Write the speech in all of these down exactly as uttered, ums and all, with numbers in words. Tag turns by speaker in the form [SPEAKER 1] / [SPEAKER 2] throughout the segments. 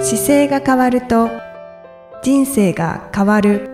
[SPEAKER 1] 姿勢が変わると人生が変わる。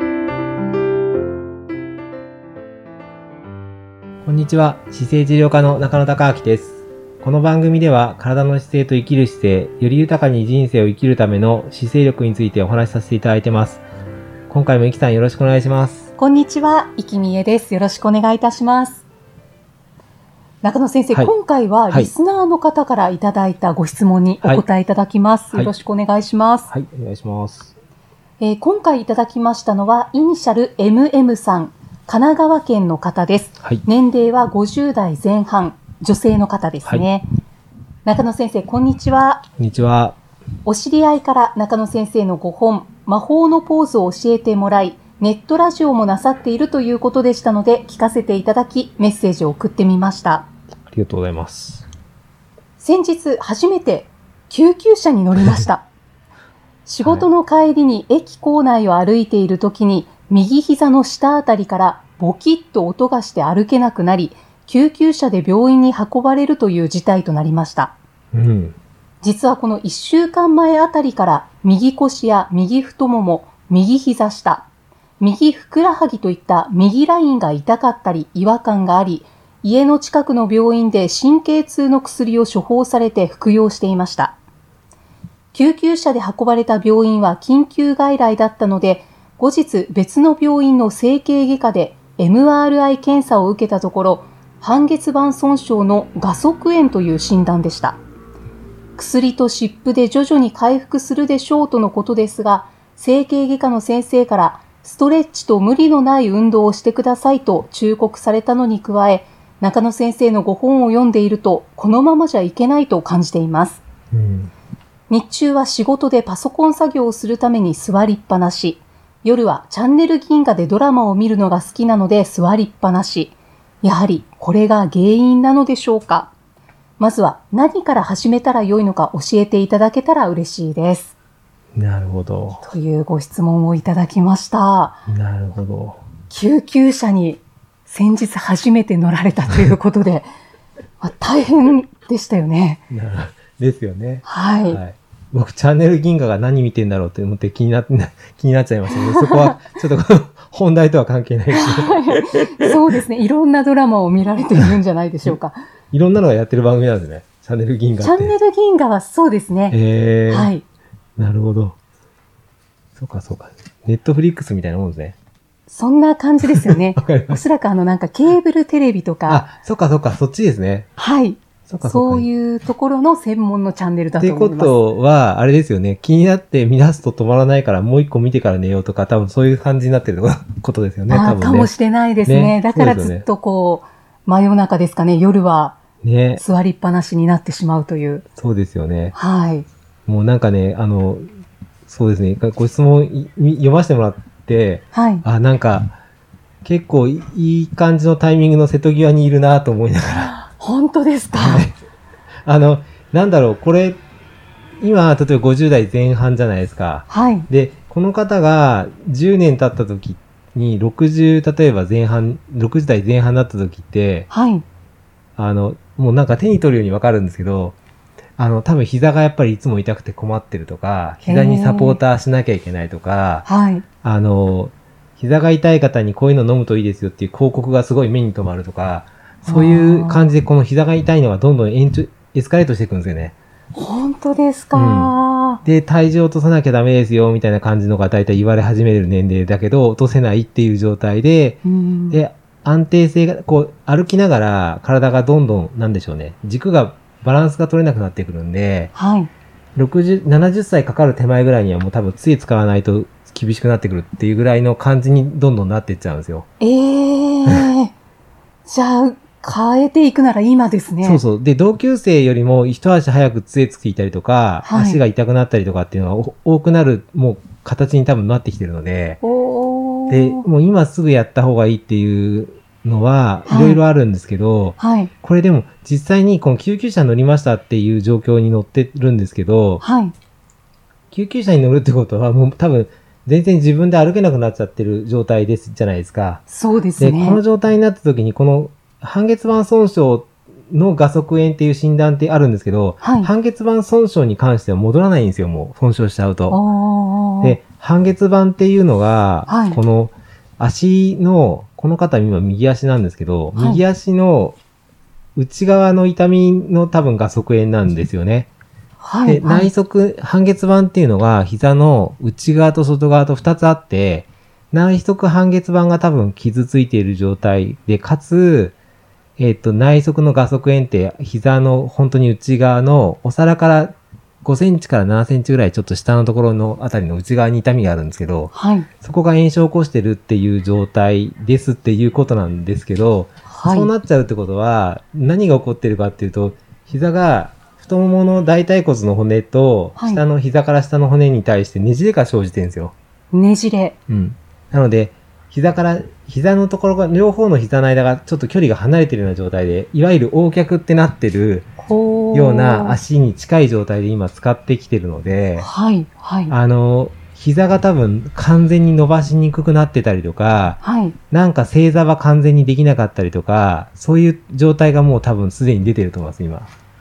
[SPEAKER 2] こんにちは、姿勢治療科の中野孝明です。この番組では体の姿勢と生きる姿勢、より豊かに人生を生きるための姿勢力についてお話しさせていただいてます。今回もいきさんよろしくお願いします。
[SPEAKER 3] こんにちは、いきみえです。よろしくお願いいたします。中野先生、はい、今回はリスナーの方からいただいたご質問にお答えいただきます。はい、よろしくお願いします。
[SPEAKER 2] はい、はい、お願いします。
[SPEAKER 3] えー、今回いただきましたのは、イニシャル エムエム さん、神奈川県の方です。はい、年齢はごじゅう代前半、女性の方ですね。はい、中野先生、こんにちは。
[SPEAKER 2] こんにちは。
[SPEAKER 3] お知り合いから中野先生のご本、魔法のポーズを教えてもらい、ネットラジオもなさっているということでしたので、聞かせていただき、メッセージを送ってみました。
[SPEAKER 2] ありがとうございます。先
[SPEAKER 3] 日初めて救急車に乗りました。仕事の帰りに駅構内を歩いている時に、右膝の下あたりからボキッと音がして歩けなくなり、救急車で病院に運ばれるという事態となりました。うん、実はこのいっしゅうかんまえあたりから右腰や右太もも、右膝下、右ふくらはぎといった右ラインが痛かったり違和感があり、家の近くの病院で神経痛の薬を処方されて服用していました。救急車で運ばれた病院は緊急外来だったので、後日別の病院の整形外科で エムアールアイ 検査を受けたところ、半月板損傷の画側炎という診断でした。薬と湿布で徐々に回復するでしょうとのことですが、整形外科の先生からストレッチと無理のない運動をしてくださいと忠告されたのに加え、中野先生のご本を読んでいると、このままじゃいけないと感じています。うん、日中は仕事でパソコン作業をするために座りっぱなし、夜はチャンネル銀河でドラマを見るのが好きなので座りっぱなし。やはりこれが原因なのでしょうか。まずは何から始めたらよいのか教えていただけたら嬉しいです。
[SPEAKER 2] なるほど。
[SPEAKER 3] というご質問をいただきました。
[SPEAKER 2] なるほど。
[SPEAKER 3] 救急車に先日初めて乗られたということで、まあ、大変でしたよね。
[SPEAKER 2] ですよね。
[SPEAKER 3] はい。はい、
[SPEAKER 2] 僕、チャンネル銀河が何見てんだろうって思って気になって、気になっちゃいましたけど、そこはちょっと本題とは関係ないです
[SPEAKER 3] ね。そうですね。いろんなドラマを見られているんじゃないでしょうか。
[SPEAKER 2] いろんなのがやってる番組なんですね。チャンネル銀河って。
[SPEAKER 3] チャンネル銀河はそうですね。
[SPEAKER 2] へー。
[SPEAKER 3] はい。
[SPEAKER 2] なるほど。そうかそうか。ネットフリックスみたいなもんですね。
[SPEAKER 3] そんな感じですよね。おそらくあのなんかケーブルテレビとか。
[SPEAKER 2] あ、そっかそっか、そっちですね。
[SPEAKER 3] はい。そっかそっか。そういうところの専門のチャンネルだと思います。
[SPEAKER 2] ってことは、あれですよね。気になって見出すと止まらないからもう一個見てから寝ようとか、多分そういう感じになってることですよね。
[SPEAKER 3] あ、
[SPEAKER 2] 多分ね。
[SPEAKER 3] かもしれないですね。ね、だからずっとこう、真夜中ですかね、夜は。ね。座りっぱなしになってしまうという。
[SPEAKER 2] そうですよね。
[SPEAKER 3] はい。
[SPEAKER 2] もうなんかね、あの、そうですね。ご質問読ませてもらって、はい。あ、なんか、結構いい感じのタイミングの瀬戸際にいるなと思いながら。
[SPEAKER 3] 本当ですか？
[SPEAKER 2] はい。あの、なんだろう、これ、今、例えばごじゅう代前半じゃないですか。はい。で、この方がじゅうねん経った時に、ろくじゅう、例えば前半、ろくじゅう代前半だった時って、はい。あの、もうなんか手に取るようにわかるんですけど、あの、多分膝がやっぱりいつも痛くて困ってるとか、膝にサポーターしなきゃいけないとか、はい。あの、膝が痛い方にこういうの飲むといいですよっていう広告がすごい目に留まるとか、そういう感じでこの膝が痛いのがどんどん延長、エスカレートしていくんですよね。
[SPEAKER 3] 本当ですか、
[SPEAKER 2] うん、で、体重を落とさなきゃダメですよみたいな感じのが大体言われ始める年齢だけど、落とせないっていう状態で、うん、で、安定性が、こう、歩きながら体がどんどん、なんでしょうね、軸が、バランスが取れなくなってくるんで、はい。ろくじゅう、ななじゅっさいかかる手前ぐらいにはもう多分杖使わないと厳しくなってくるっていうぐらいの感じにどんどんなっていっちゃうんですよ。
[SPEAKER 3] ええー。じゃあ、変えていくなら今ですね。
[SPEAKER 2] そうそう。で、同級生よりも一足早く杖ついたりとか、はい、足が痛くなったりとかっていうのが多くなる、もう形に多分なってきてるので、おで、もう今すぐやった方がいいっていうのは、いろいろあるんですけど、はい、これでも実際にこの救急車乗りましたっていう状況に乗ってるんですけど、はい、救急車に乗るってことはもう多分全然自分で歩けなくなっちゃってる状態ですじゃないですか。
[SPEAKER 3] そうですね。
[SPEAKER 2] で、この状態になった時にこの半月板損傷の画側炎っていう診断ってあるんですけど、はい、半月板損傷に関しては戻らないんですよ、もう損傷しちゃうと。で、半月板っていうのが、はい、この足の、この方今右足なんですけど、はい、右足の内側の痛みの多分画側炎なんですよね。はい、で、内側、半月板っていうのが膝の内側と外側とふたつあって、内側半月板が多分傷ついている状態で、かつ、えっと、内側の画側炎って膝の本当に内側のお皿からごセンチからななセンチぐらいちょっと下のところのあたりの内側に痛みがあるんですけど、はい、そこが炎症を起こしてるっていう状態ですっていうことなんですけど、はい、そうなっちゃうってことは何が起こってるかっていうと、膝が太ももの大腿骨の骨と下の膝から下の骨に対してねじれが生じてるんですよ。
[SPEAKER 3] ねじれ。
[SPEAKER 2] うん。なので、膝から、膝のところが、両方の膝の間がちょっと距離が離れているような状態で、いわゆる横脚ってなってるような足に近い状態で今使ってきてるので、はい、はい。あの、膝が多分完全に伸ばしにくくなってたりとか、はい。なんか正座は完全にできなかったりとか、そういう状態がもう多分すでに出てると思います、今。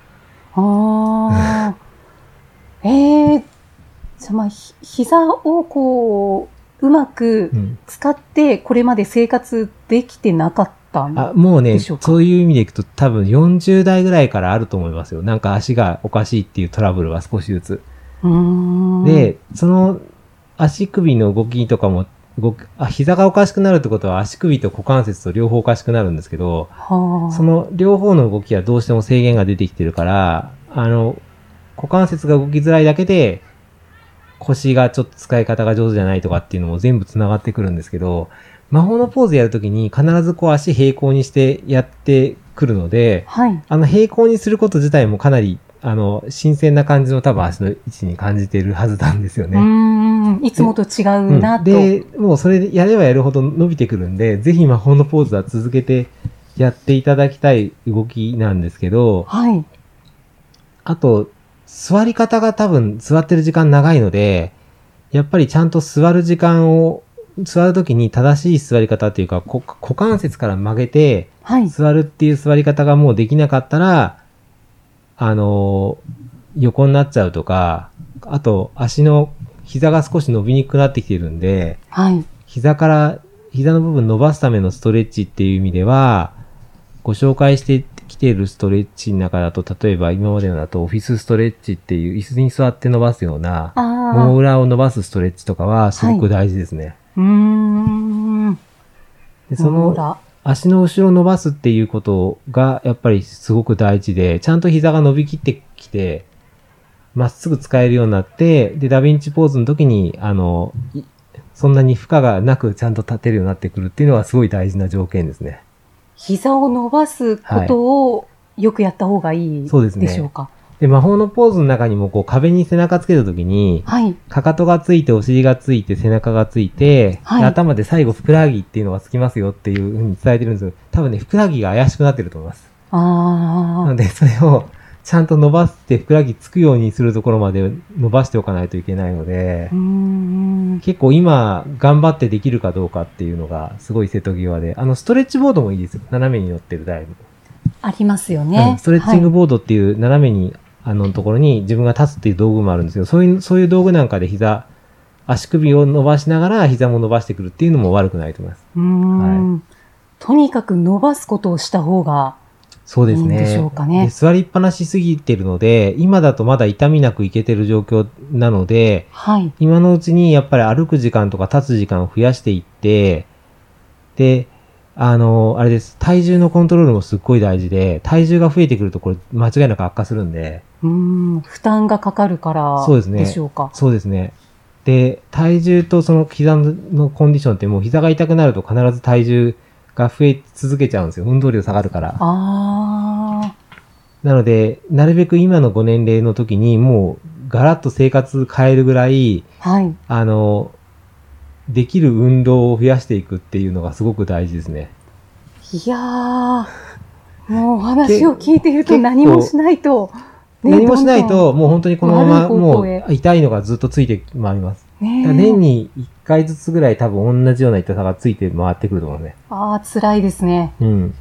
[SPEAKER 3] ああ。ええー、じゃあまあ、ひ、膝をこう、うまく使ってこれまで生活できてなかったんでしょうか？あ、もうね、
[SPEAKER 2] そういう意味でいくと多分よんじゅう代ぐらいからあると思いますよ。なんか足がおかしいっていうトラブルは少しずつ。うーんで、その足首の動きとかも動あ、膝がおかしくなるってことは足首と股関節と両方おかしくなるんですけど、はあ、その両方の動きはどうしても制限が出てきてるから、あの、股関節が動きづらいだけで、腰がちょっと使い方が上手じゃないとかっていうのも全部繋がってくるんですけど、魔法のポーズやるときに必ずこう足平行にしてやってくるので、はい、あの平行にすること自体もかなり、あの、新鮮な感じの多分足の位置に感じているはずなんですよね。う
[SPEAKER 3] ーん、いつもと違うなと。
[SPEAKER 2] で、うん、でもうそれでやればやるほど伸びてくるんで、ぜひ魔法のポーズは続けてやっていただきたい動きなんですけど、はい。あと、座り方が多分座ってる時間長いので、やっぱりちゃんと座る時間を、座るときに正しい座り方っていうか、股関節から曲げて、座るっていう座り方がもうできなかったら、はい、あの、横になっちゃうとか、あと足の膝が少し伸びにくくなってきてるんで、はい、膝から、膝の部分伸ばすためのストレッチっていう意味では、ご紹介して来ているストレッチの中だと、例えば今までのだとオフィスストレッチっていう椅子に座って伸ばすような、もも裏を伸ばすストレッチとかはすごく大事ですね。はい、うーん。で、その足の後ろを伸ばすっていうことがやっぱりすごく大事で、ちゃんと膝が伸びきってきて、まっすぐ使えるようになって、で、ダヴィンチポーズの時に、あの、そんなに負荷がなくちゃんと立てるようになってくるっていうのはすごい大事な条件ですね。
[SPEAKER 3] 膝を伸ばすことをよくやった方がいいでしょうか？はい、そうですね。
[SPEAKER 2] で、魔法のポーズの中にもこう壁に背中つけたときに、はい、かかとがついてお尻がついて背中がついて、はい、頭で最後ふくらはぎっていうのがつきますよっていうふうに伝えてるんですけど、多分ね、ふくらはぎが怪しくなってると思います。あなので、それをちゃんと伸ばしてふくらはぎつくようにするところまで伸ばしておかないといけないので、うーん結構今頑張ってできるかどうかっていうのがすごい瀬戸際で、あのストレッチボードもいいですよ。斜めに乗ってる台も。
[SPEAKER 3] ありますよね。
[SPEAKER 2] うん、ストレッチングボードっていう斜めに、はい、あのところに自分が立つっていう道具もあるんですけど、そういう、そういう道具なんかで膝、足首を伸ばしながら膝も伸ばしてくるっていうのも悪くないと思います。うーん、
[SPEAKER 3] はい、とにかく伸ばすことをした方が
[SPEAKER 2] そうですね。
[SPEAKER 3] いいんでしょうかね。
[SPEAKER 2] で座りっぱなしすぎてるので、今だとまだ痛みなくいけてる状況なので、はい、今のうちにやっぱり歩く時間とか立つ時間を増やしていって、で、あの、あれです。体重のコントロールもすっごい大事で、体重が増えてくるとこれ間違いなく悪化するんで。
[SPEAKER 3] うーん、負担がかかるからでしょうか。
[SPEAKER 2] そうですね。で、体重とその膝のコンディションってもう膝が痛くなると必ず体重が増え続けちゃうんですよ。運動量下がるから。あなので、なるべく今のご年齢の時にもうガラッと生活変えるぐらい、はい、あの、できる運動を増やしていくっていうのがすごく大事ですね。
[SPEAKER 3] いやー、もうお話を聞いていると何もしないと、
[SPEAKER 2] ね、何もしないと、もう本当にこのままもう痛いのがずっとついて回ります。ね、年にいっかいずつぐらい多分同じような痛さがついて回ってくると思うね。
[SPEAKER 3] ああ、辛いですね。
[SPEAKER 2] うん。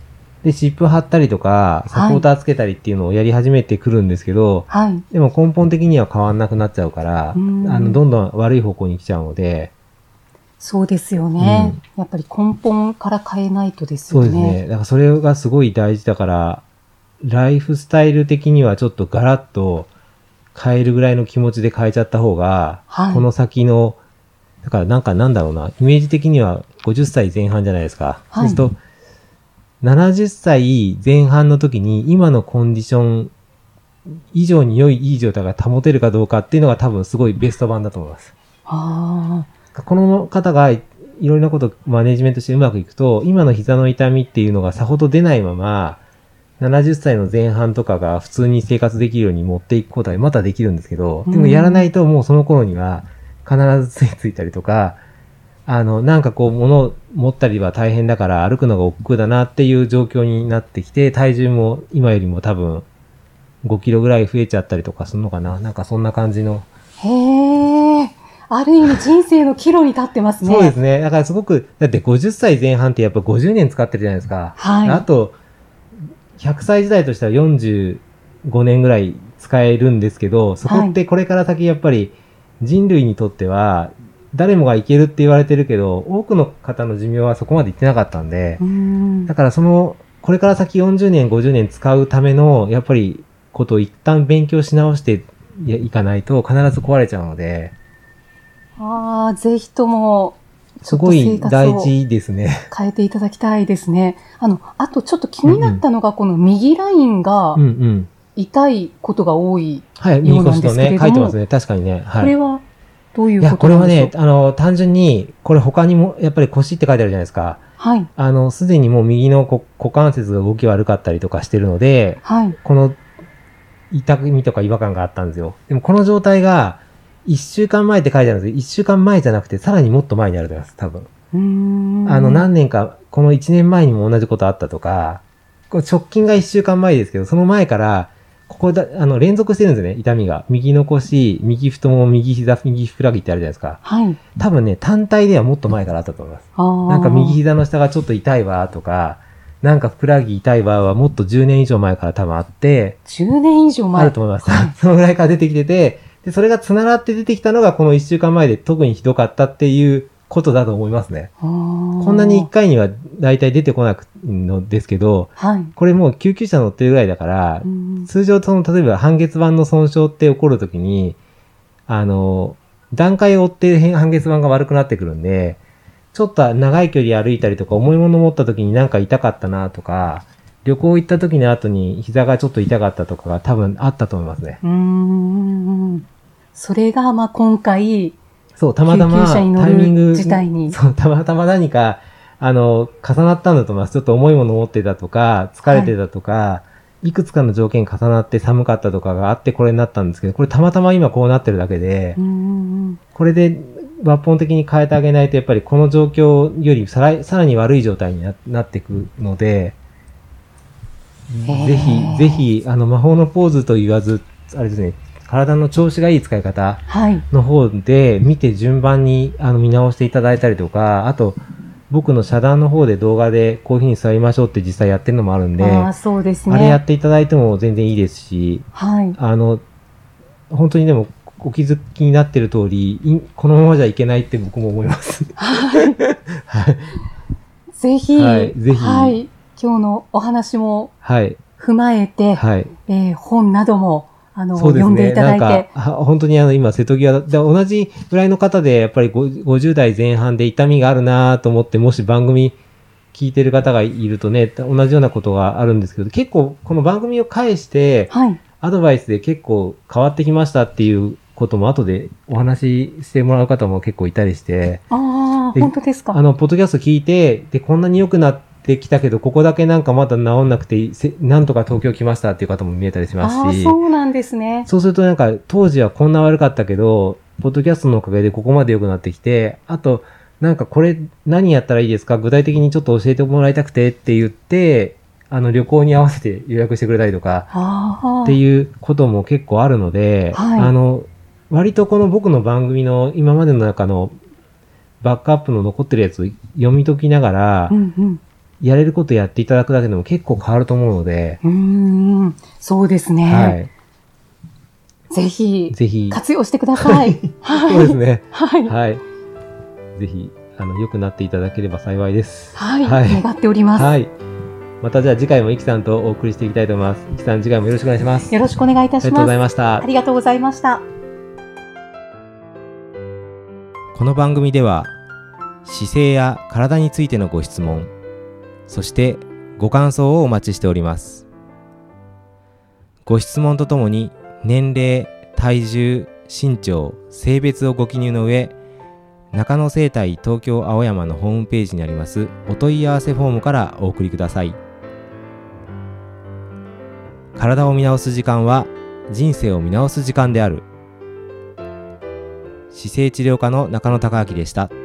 [SPEAKER 2] で、湿布貼ったりとか、サポーターつけたりっていうのをやり始めてくるんですけど、
[SPEAKER 3] はい、
[SPEAKER 2] でも根本的には変わんなくなっちゃうから、あの、どんどん悪い方向に来ちゃうので、
[SPEAKER 3] そうですよね、うん。やっぱり根本から変えないとですよね。
[SPEAKER 2] そうですね。だからそれがすごい大事だから、ライフスタイル的にはちょっとガラッと変えるぐらいの気持ちで変えちゃった方が、はい、この先の、だからなんかなんだろうな、イメージ的にはごじゅっさいぜん半じゃないですか。はい、そうすると、ななじゅっさいぜん半の時に今のコンディション以上に良いいい状態が保てるかどうかっていうのが多分すごいベスト版だと思います。
[SPEAKER 3] あ
[SPEAKER 2] この方がいろいろなことをマネジメントしてうまくいくと、今の膝の痛みっていうのがさほど出ないまま、ななじゅっさいの前半とかが普通に生活できるように持っていくことはまたできるんですけど、でもやらないともうその頃には必ずついついたりとか、あの、なんかこう物を持ったりは大変だから歩くのが億劫だなっていう状況になってきて、体重も今よりも多分ごキロぐらい増えちゃったりとかするのかな。なんかそんな感じの。
[SPEAKER 3] へー。ある意味人生の岐路に立ってますね。
[SPEAKER 2] そうですね。だからすごく、だってごじゅっさいぜん半ってやっぱごじゅうねん使ってるじゃないですか。
[SPEAKER 3] はい。
[SPEAKER 2] あと、ひゃくさい時代としてはよんじゅうごねんぐらい使えるんですけど、そこってこれから先やっぱり人類にとっては誰もがいけるって言われてるけど、多くの方の寿命はそこまでいってなかったんで、
[SPEAKER 3] うん
[SPEAKER 2] だからその、これから先よんじゅうねん、ごじゅうねん使うための、やっぱりことを一旦勉強し直していかないと必ず壊れちゃうので、
[SPEAKER 3] ああ、ぜひとも、
[SPEAKER 2] すごい大事ですね。
[SPEAKER 3] 変えていただきたいですね。あの、あとちょっと気になったのが、うんうん、この右ラインが痛いことが多いようなんですけれども。はい、右腰と
[SPEAKER 2] ね、書いてますね。確かにね。はい。
[SPEAKER 3] これはどういうことなんでしょう？いや、
[SPEAKER 2] これはね、あの、単純に、これ他にも、やっぱり腰って書いてあるじゃないですか。
[SPEAKER 3] はい。
[SPEAKER 2] あの、すでにもう右の股関節が動き悪かったりとかしてるので、
[SPEAKER 3] はい。
[SPEAKER 2] この痛みとか違和感があったんですよ。でもこの状態が、一週間前って書いてあるんですけど、一週間前じゃなくて、さらにもっと前にあると思います、多分。
[SPEAKER 3] うーん
[SPEAKER 2] あの、何年か、この一年前にも同じことあったとか、これ直近が一週間前ですけど、その前から、ここだ、あの、連続してるんですよね、痛みが。右の腰、右太もも、右膝、右ふくらはぎってあるじゃないですか。
[SPEAKER 3] はい。
[SPEAKER 2] 多分ね、単体ではもっと前からあったと思います。
[SPEAKER 3] あ
[SPEAKER 2] なんか右膝の下がちょっと痛いわ、とか、なんかふくらはぎ痛いわはもっとじゅうねん以上前から多分あって、
[SPEAKER 3] じゅうねん以上前
[SPEAKER 2] あると思います。そのぐらいから出てきてて、で、それが繋がって出てきたのがこの一週間前で特にひどかったっていうことだと思いますね。
[SPEAKER 3] こ
[SPEAKER 2] んなに一回には大体出てこなくのですけど、
[SPEAKER 3] はい、
[SPEAKER 2] これもう救急車乗ってるぐらいだから、通常その例えば半月板の損傷って起こるときに、あの、段階を追って半月板が悪くなってくるんで、ちょっと長い距離歩いたりとか重いもの持ったときになんか痛かったなとか、旅行行った時の後に膝がちょっと痛かったとかが多分あったと思いますね。
[SPEAKER 3] うーん。それが、まあ、今回、
[SPEAKER 2] そう、たまたま、タイミング、
[SPEAKER 3] 事態に。
[SPEAKER 2] そう、たまたま何か、あの、重なったんだと思います。ちょっと重いもの持ってたとか、疲れてたとか、はい、いくつかの条件重なって寒かったとかがあってこれになったんですけど、これたまたま今こうなってるだけで、
[SPEAKER 3] うーん
[SPEAKER 2] これで抜本的に変えてあげないと、やっぱりこの状況よりさら、さらに悪い状態に な, なっていくので、ぜひ、ぜひ、あの、魔法のポーズと言わず、あれですね、体の調子がいい使い方の方で見て順番にあの見直していただいたりとか、あと、僕の遮断の方で動画でこういう風に座りましょうって実際やってるのもあるんで、
[SPEAKER 3] あ、そうですね、
[SPEAKER 2] あれやっていただいても全然いいですし、
[SPEAKER 3] はい、
[SPEAKER 2] あの、本当にでもお気づきになってる通り、このままじゃいけないって僕も思います。
[SPEAKER 3] はい。
[SPEAKER 2] はい。
[SPEAKER 3] ぜひ、
[SPEAKER 2] はい、ぜひ、
[SPEAKER 3] はい、今日のお話も踏まえて、
[SPEAKER 2] はい、
[SPEAKER 3] えー、本などもあの、そうですね、読んでいただいて。なんか
[SPEAKER 2] 本当にあの今瀬戸際で同じぐらいの方でやっぱりごじゅう代前半で痛みがあるなと思って、もし番組聞いてる方がいるとね、同じようなことがあるんですけど、結構この番組を介して、はい、アドバイスで結構変わってきましたっていうことも後でお話ししてもらう方も結構いたりして、
[SPEAKER 3] ああ、本当ですか。
[SPEAKER 2] あの、ポッドキャスト聞いて、で、こんなに良くなって、できたけど、ここだけなんかまだ治んなくて、なんとか東京来ましたっていう方も見えたりしますし。
[SPEAKER 3] ああ、そうなんですね。
[SPEAKER 2] そうするとなんか、当時はこんな悪かったけど、ポッドキャストのおかげでここまで良くなってきて、あと、なんかこれ何やったらいいですか？具体的にちょっと教えてもらいたくてって言って、あの旅行に合わせて予約してくれたりとか、っていうことも結構あるので、はい、あの、割とこの僕の番組の今までの中のバックアップの残ってるやつを読み解きながら、
[SPEAKER 3] うんうん、
[SPEAKER 2] やれることやっていただくだけでも結構変わると思うので。
[SPEAKER 3] うーん、そうですね。はい。ぜひ、
[SPEAKER 2] ぜひ、
[SPEAKER 3] 活用してください。
[SPEAKER 2] はい、そうですね。
[SPEAKER 3] はい。
[SPEAKER 2] はい。ぜひ、あの、良くなっていただければ幸いです。
[SPEAKER 3] はい。はい、願っております。
[SPEAKER 2] はい。またじゃあ次回もイキさんとお送りしていきたいと思います。イキさん、次回もよろしくお願いします。
[SPEAKER 3] よろしくお願いいたします。
[SPEAKER 2] ありがとうございました。
[SPEAKER 3] ありがとうございました。
[SPEAKER 2] この番組では、姿勢や体についてのご質問、そしてご感想をお待ちしております。ご質問とともに年齢、体重、身長、性別をご記入の上、中野生態東京青山のホームページにありますお問い合わせフォームからお送りください。体を見直す時間は人生を見直す時間である。姿勢治療科の中野孝明でした。